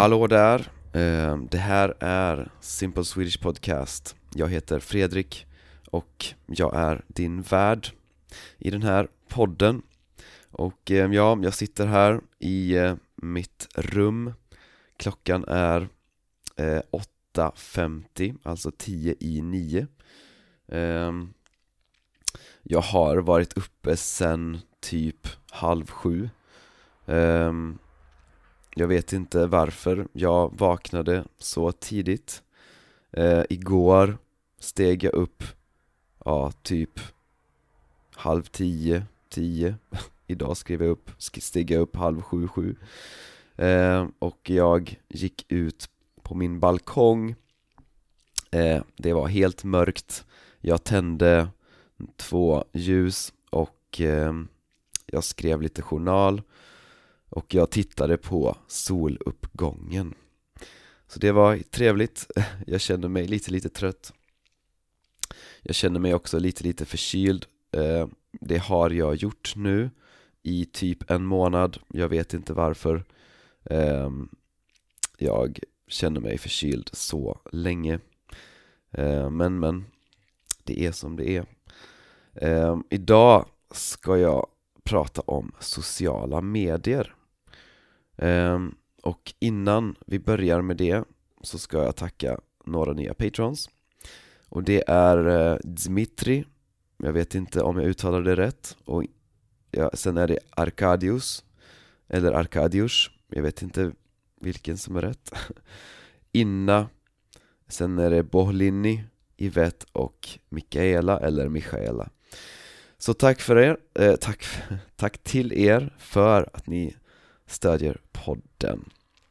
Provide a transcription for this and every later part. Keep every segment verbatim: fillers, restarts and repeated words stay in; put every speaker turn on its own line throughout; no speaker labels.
Hallå där, eh, det här är Simple Swedish Podcast. Jag heter Fredrik och jag är din värd i den här podden. Och eh, ja, jag sitter här i eh, mitt rum. Klockan är eh, åtta femtio, alltså tio i nio. eh, Jag har varit uppe sen typ halv sju. eh, Jag vet inte varför jag vaknade så tidigt. eh, Igår steg jag upp ja, typ halv tio, tio. Idag skrev jag upp, steg jag upp halv sju, sju. eh, Och jag gick ut på min balkong. eh, Det var helt mörkt. Jag tände två ljus och eh, jag skrev lite journal. Och jag tittade på soluppgången. Så det var trevligt. Jag kände mig lite lite trött. Jag kände mig också lite lite förkyld. eh, Det har jag gjort nu i typ en månad. Jag vet inte varför eh, jag känner mig förkyld så länge. eh, Men men det är som det är. eh, Idag ska jag prata om sociala medier. Um, och innan vi börjar med det så ska jag tacka några nya patrons. Och det är uh, Dmitri, jag vet inte om jag uttalar det rätt. Och ja, sen är det Arkadius, eller Arkadius, jag vet inte vilken som är rätt. Inna, sen är det Bohlini, Yvette och Mikaela, eller Michaela. Så tack för er, eh, tack, tack till er för att ni stödjer podden.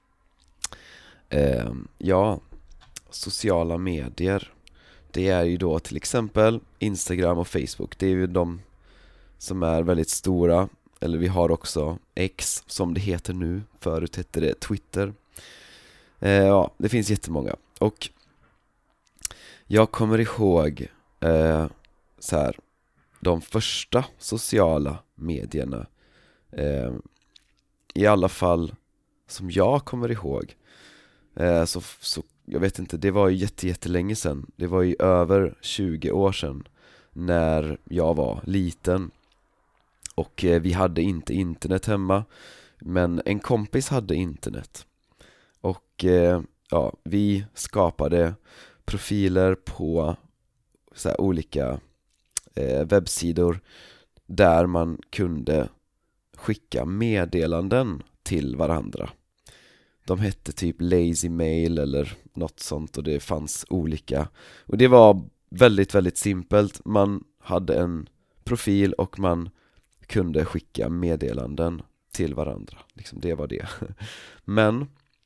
eh, Ja, sociala medier, det är ju då till exempel Instagram och Facebook. Det är ju de som är väldigt stora. Eller vi har också X som det heter nu. Förut hette det Twitter. eh, Ja, det finns jättemånga. Och jag kommer ihåg eh, så här, de första sociala medierna, eh, i alla fall som jag kommer ihåg. eh, så, så jag vet inte, det var ju jätte, jättelänge sedan. Det var ju över tjugo år sedan när jag var liten. Och eh, vi hade inte internet hemma, men en kompis hade internet. Och eh, ja, vi skapade profiler på så här olika eh, webbsidor där man kunde skicka meddelanden till varandra. De hette typ Lazy Mail eller något sånt, och det fanns olika. Och det var väldigt, väldigt simpelt. Man hade en profil och man kunde skicka meddelanden till varandra. Liksom, det var det. Men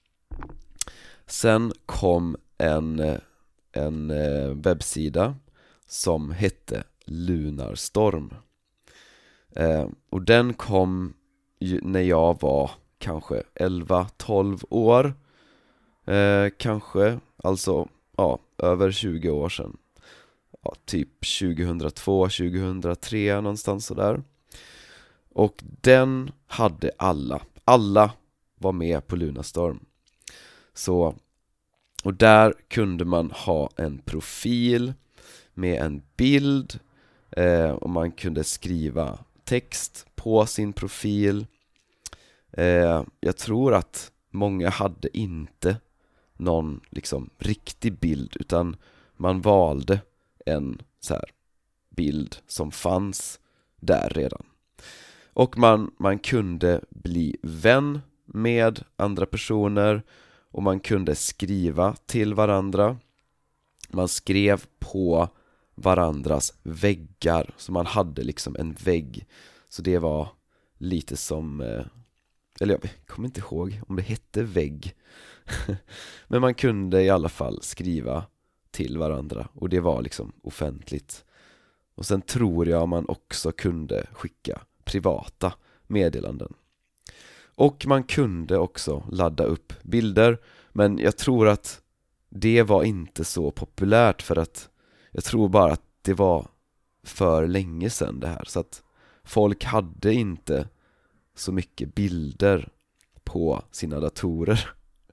sen kom en, en webbsida som hette Lunarstorm. Eh, och den kom ju när jag var kanske elva tolv år. Eh, kanske, alltså ja, över tjugo år sedan. Ja, typ tjugohundratvå, tjugohundratre någonstans sådär. Och den hade alla. Alla var med på Lunarstorm. Så, och där kunde man ha en profil med en bild. Eh, och man kunde skriva text på sin profil. eh, Jag tror att många hade inte någon liksom riktig bild, utan man valde en så här bild som fanns där redan. Och man, man kunde bli vän med andra personer, och man kunde skriva till varandra. Man skrev på varandras väggar, så man hade liksom en vägg. Så det var lite som, eller jag kommer inte ihåg om det hette vägg. Men man kunde i alla fall skriva till varandra, och det var liksom offentligt. Och sen tror jag man också kunde skicka privata meddelanden. Och man kunde också ladda upp bilder. Men jag tror att det var inte så populärt, för att jag tror bara att det var för länge sedan det här. Så att folk hade inte så mycket bilder på sina datorer.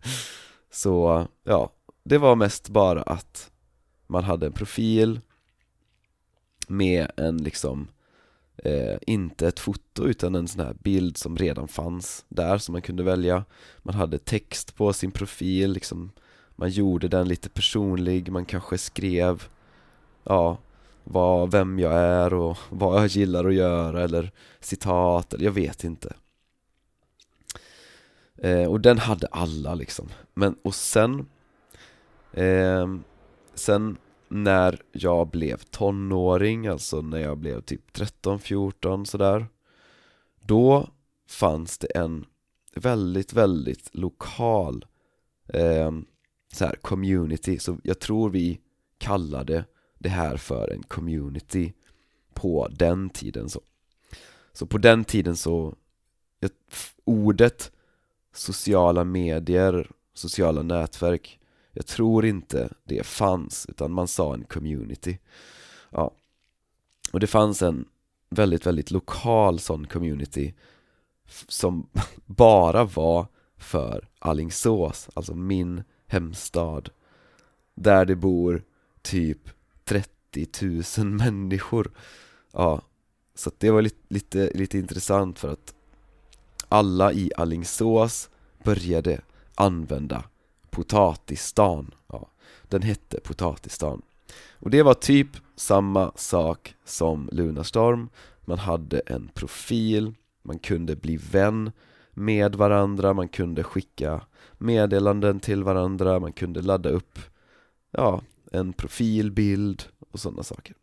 Så ja, det var mest bara att man hade en profil med en liksom eh, inte ett foto utan en sån här bild som redan fanns där som man kunde välja. Man hade text på sin profil liksom, man gjorde den lite personlig, man kanske skrev ja, vad, vem jag är och vad jag gillar att göra eller citat, eller jag vet inte. Eh, och den hade alla liksom. Men och sen eh, sen när jag blev tonåring, alltså när jag blev typ tretton fjorton sådär, då fanns det en väldigt, väldigt lokal eh, så här community, så jag tror vi kallade det här för en community på den tiden. Så, så på den tiden så ordet sociala medier, sociala nätverk, jag tror inte det fanns, utan man sa en community. Ja. Och det fanns en väldigt, väldigt lokal sån community som bara var för Alingsås, alltså min hemstad, där det bor typ trettio tusen människor. Ja, så det var lite, lite, lite intressant för att alla i Alingsås började använda Potatistan. Ja, den hette Potatistan. Och det var typ samma sak som Lunarstorm. Man hade en profil, man kunde bli vän med varandra, man kunde skicka meddelanden till varandra, man kunde ladda upp ja, en profilbild och sådana saker.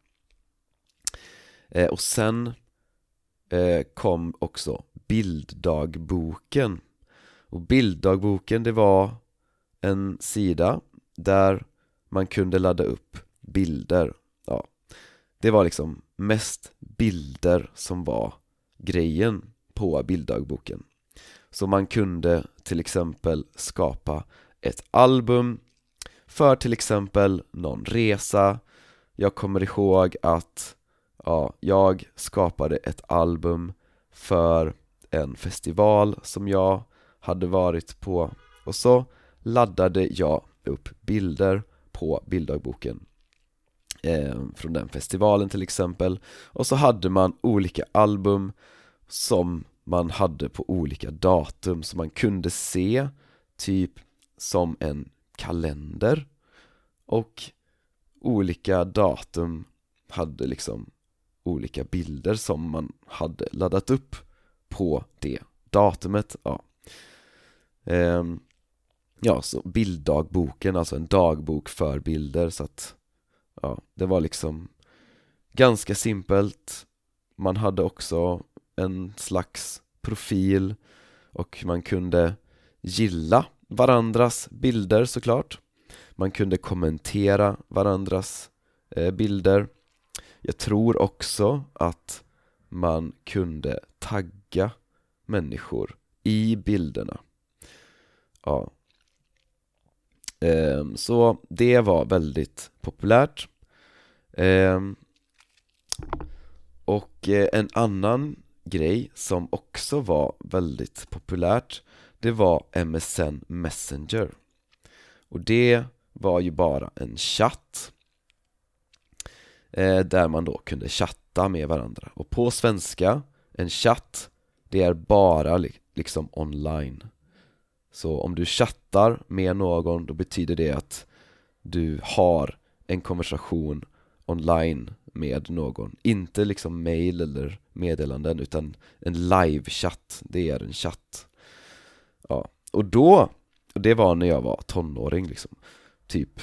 Eh, och sen eh, kom också bilddagboken. Och bilddagboken, det var en sida där man kunde ladda upp bilder. Ja, det var liksom mest bilder som var grejen på bilddagboken. Så man kunde till exempel skapa ett album för till exempel någon resa. Jag kommer ihåg att ja, jag skapade ett album för en festival som jag hade varit på, och så laddade jag upp bilder på bilddagboken eh, från den festivalen till exempel. Och så hade man olika album som man hade på olika datum, så man kunde se typ som en kalender, och olika datum hade liksom olika bilder som man hade laddat upp på det datumet. Ja, ehm, ja så bilddagboken, alltså en dagbok för bilder. Så att ja, det var liksom ganska simpelt. Man hade också en slags profil och man kunde gilla varandras bilder såklart. Man kunde kommentera varandras eh, bilder. Jag tror också att man kunde tagga människor i bilderna. Ja. Ehm, så det var väldigt populärt. Ehm, och eh, en annan grej som också var väldigt populärt, det var M S N Messenger. Och det var ju bara en chatt eh, där man då kunde chatta med varandra. Och på svenska, en chatt, det är bara li- liksom online. Så om du chattar med någon, då betyder det att du har en konversation online med någon. Inte liksom mail eller meddelanden, utan en live-chatt. Det är en chatt. Ja. Och då, det var när jag var tonåring liksom. Typ,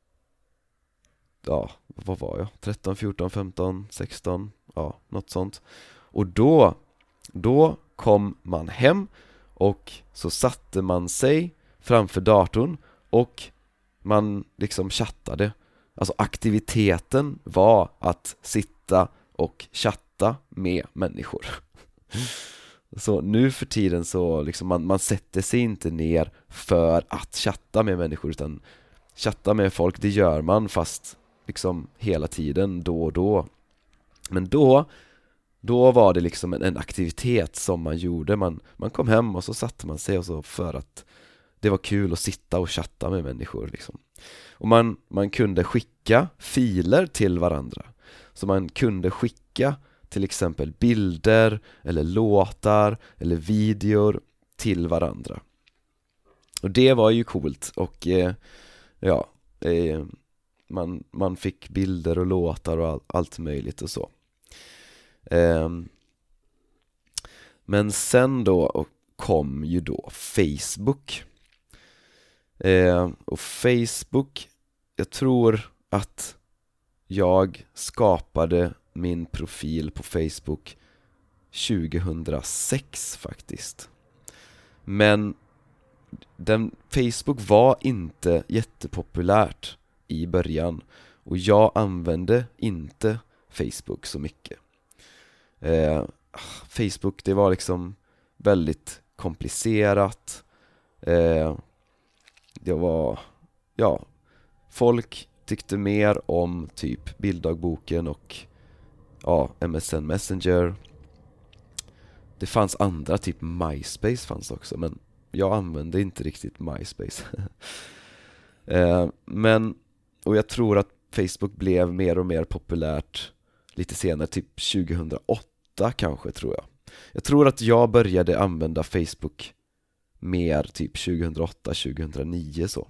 ja, vad var jag? tretton, fjorton, femton, sexton, ja, något sånt. Och då, då kom man hem och så satte man sig framför datorn och man liksom chattade. Alltså aktiviteten var att sitta och chatta med människor. Så nu för tiden så liksom man, man sätter sig inte ner för att chatta med människor, utan chatta med folk, det gör man fast liksom hela tiden, då och då. Men då Då var det liksom en, en aktivitet som man gjorde. Man, man kom hem och så satte man sig och så för att det var kul att sitta och chatta med människor liksom. Och man, man kunde skicka filer till varandra. Så man kunde skicka till exempel bilder eller låtar eller videor till varandra. Och det var ju coolt. Och eh, ja, eh, man, man fick bilder och låtar och all, allt möjligt och så. Eh, men sen då kom ju då Facebook. Eh, och Facebook, jag tror att jag skapade min profil på Facebook tjugohundrasex faktiskt. Men den, Facebook var inte jättepopulärt i början. Och jag använde inte Facebook så mycket. eh, Facebook, det var liksom väldigt komplicerat. eh, Det var, ja, folk tyckte mer om typ bilddagboken och ja, M S N Messenger. Det fanns andra, typ MySpace fanns också, men jag använde inte riktigt MySpace. eh, men, och jag tror att Facebook blev mer och mer populärt lite senare, typ tjugohundraåtta kanske, tror jag. Jag tror att jag började använda Facebook mer typ tjugohundraåtta tjugohundranio så.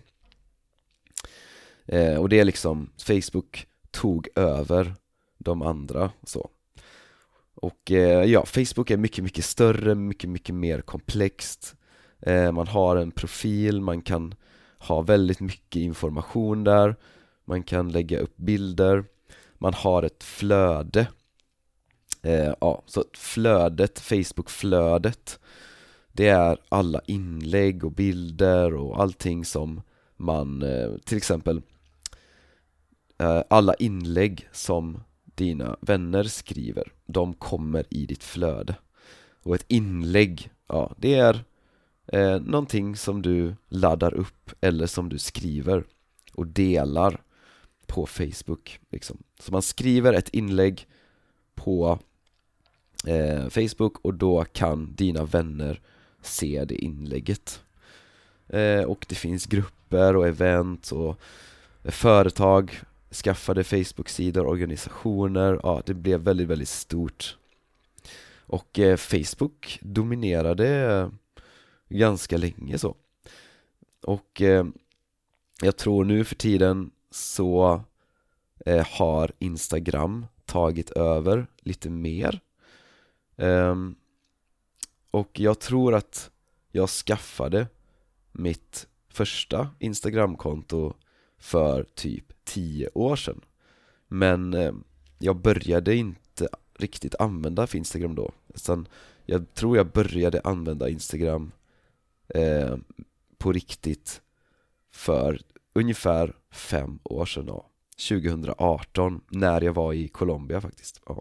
Eh, och det är liksom, Facebook tog över de andra så. Och eh, ja, Facebook är mycket, mycket större, mycket, mycket mer komplext. eh, Man har en profil, man kan ha väldigt mycket information där. Man kan lägga upp bilder. Man har ett flöde. eh, Ja, så flödet, Facebook-flödet, det är alla inlägg och bilder och allting som man, eh, till exempel eh, alla inlägg som dina vänner skriver, de kommer i ditt flöde. Och ett inlägg, ja, det är eh, någonting som du laddar upp eller som du skriver och delar på Facebook liksom. Så man skriver ett inlägg på eh, Facebook och då kan dina vänner se det inlägget. eh, Och det finns grupper och event och företag skaffade Facebook-sidor, organisationer. Ja, det blev väldigt, väldigt stort. Och eh, Facebook dominerade eh, ganska länge så. Och eh, jag tror nu för tiden så eh, har Instagram tagit över lite mer. Um, och jag tror att jag skaffade mitt första Instagramkonto för typ tio år sedan. Men eh, jag började inte riktigt använda för Instagram då. Sen, jag tror jag började använda Instagram eh, på riktigt för ungefär fem år sedan då. tjugohundraarton, när jag var i Colombia faktiskt. Ja.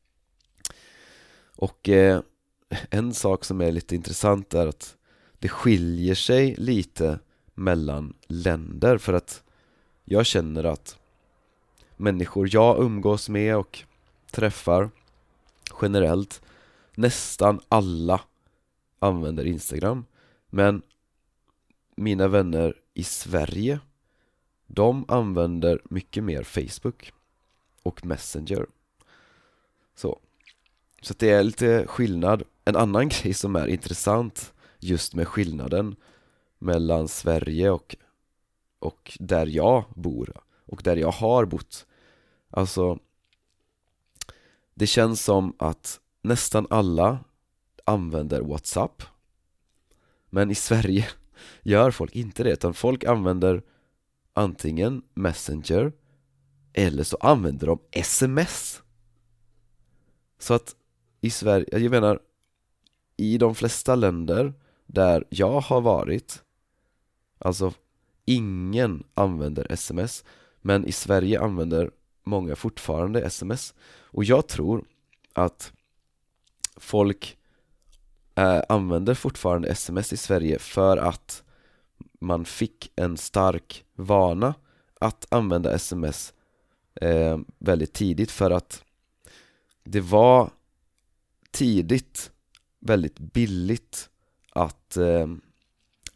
Och eh, en sak som är lite intressant är att det skiljer sig lite mellan länder. För att jag känner att människor jag umgås med och träffar generellt, nästan alla använder Instagram. Men mina vänner i Sverige, de använder mycket mer Facebook och Messenger. Så Så det är lite skillnad. En annan grej som är intressant just med skillnaden mellan Sverige och, och där jag bor och där jag har bott. Alltså, det känns som att nästan alla använder WhatsApp. Men i Sverige gör folk inte det, utan folk använder antingen Messenger eller så använder de sms. Så att i Sverige, jag menar, i de flesta länder där jag har varit, alltså ingen använder sms, men i Sverige använder många fortfarande sms. Och jag tror att folk eh, använder fortfarande sms i Sverige för att man fick en stark vana att använda sms eh, väldigt tidigt, för att det var tidigt väldigt billigt att eh,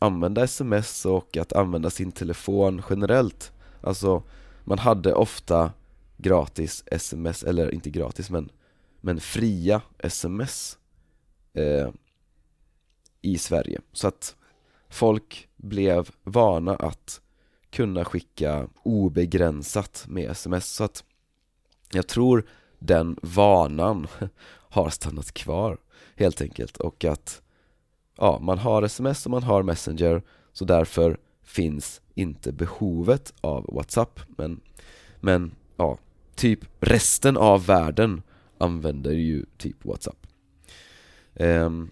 använda sms och att använda sin telefon generellt. Alltså man hade ofta gratis sms, eller inte gratis men, men fria sms eh, i Sverige. Så att folk blev vana att kunna skicka obegränsat med sms. Så att jag tror den vanan har stannat kvar helt enkelt. Och att ja, man har sms och man har Messenger, så därför finns inte behovet av WhatsApp. Men, men ja, typ resten av världen använder ju typ WhatsApp. Um,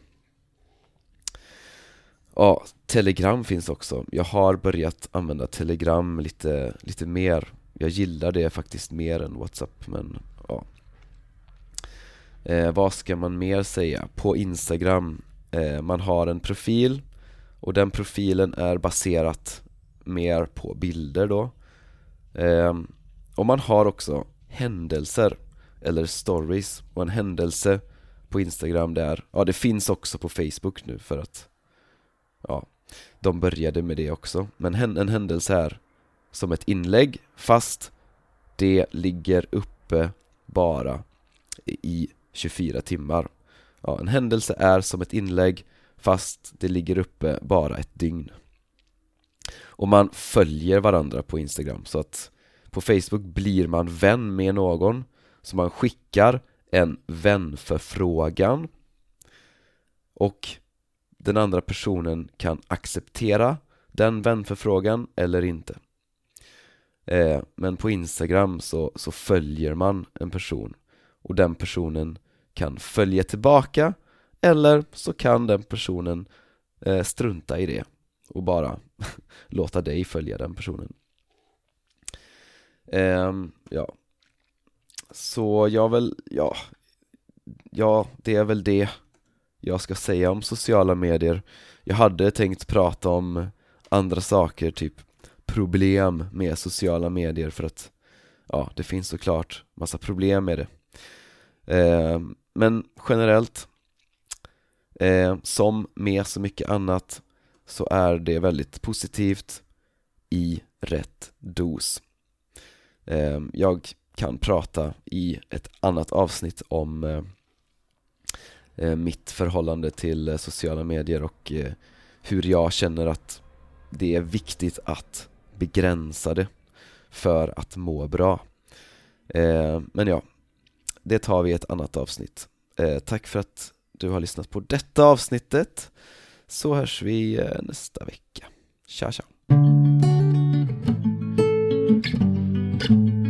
ja, Telegram finns också. Jag har börjat använda Telegram lite, lite mer. Jag gillar det faktiskt mer än WhatsApp. Men ja, eh, vad ska man mer säga? På Instagram, eh, man har en profil, och den profilen är baserat mer på bilder då. eh, Och man har också händelser eller stories. Och en händelse på Instagram där, ja, det finns också på Facebook nu, för att ja, de började med det också. Men en händelse är som ett inlägg, fast det ligger uppe bara i tjugofyra timmar. Ja, en händelse är som ett inlägg, fast det ligger uppe bara ett dygn. Och man följer varandra på Instagram. Så att på Facebook blir man vän med någon, så man skickar en vänförfrågan, och den andra personen kan acceptera den vänförfrågan eller inte. eh, Men på Instagram så, så följer man en person, och den personen kan följa tillbaka, eller så kan den personen eh, strunta i det och bara låta dig följa den personen. eh, Ja, så jag väl, ja, ja, det är väl det jag ska säga om sociala medier. Jag hade tänkt prata om andra saker, typ problem med sociala medier, för att ja, det finns såklart massa problem med det. Eh, men generellt, eh, som med så mycket annat, så är det väldigt positivt i rätt dos. Eh, jag kan prata i ett annat avsnitt om eh, mitt förhållande till sociala medier och eh, hur jag känner att det är viktigt att begränsa det för att må bra. Eh, men ja, det tar vi i ett annat avsnitt. Eh, tack för att du har lyssnat på detta avsnittet. Så hörs vi eh, nästa vecka. Tja, tja.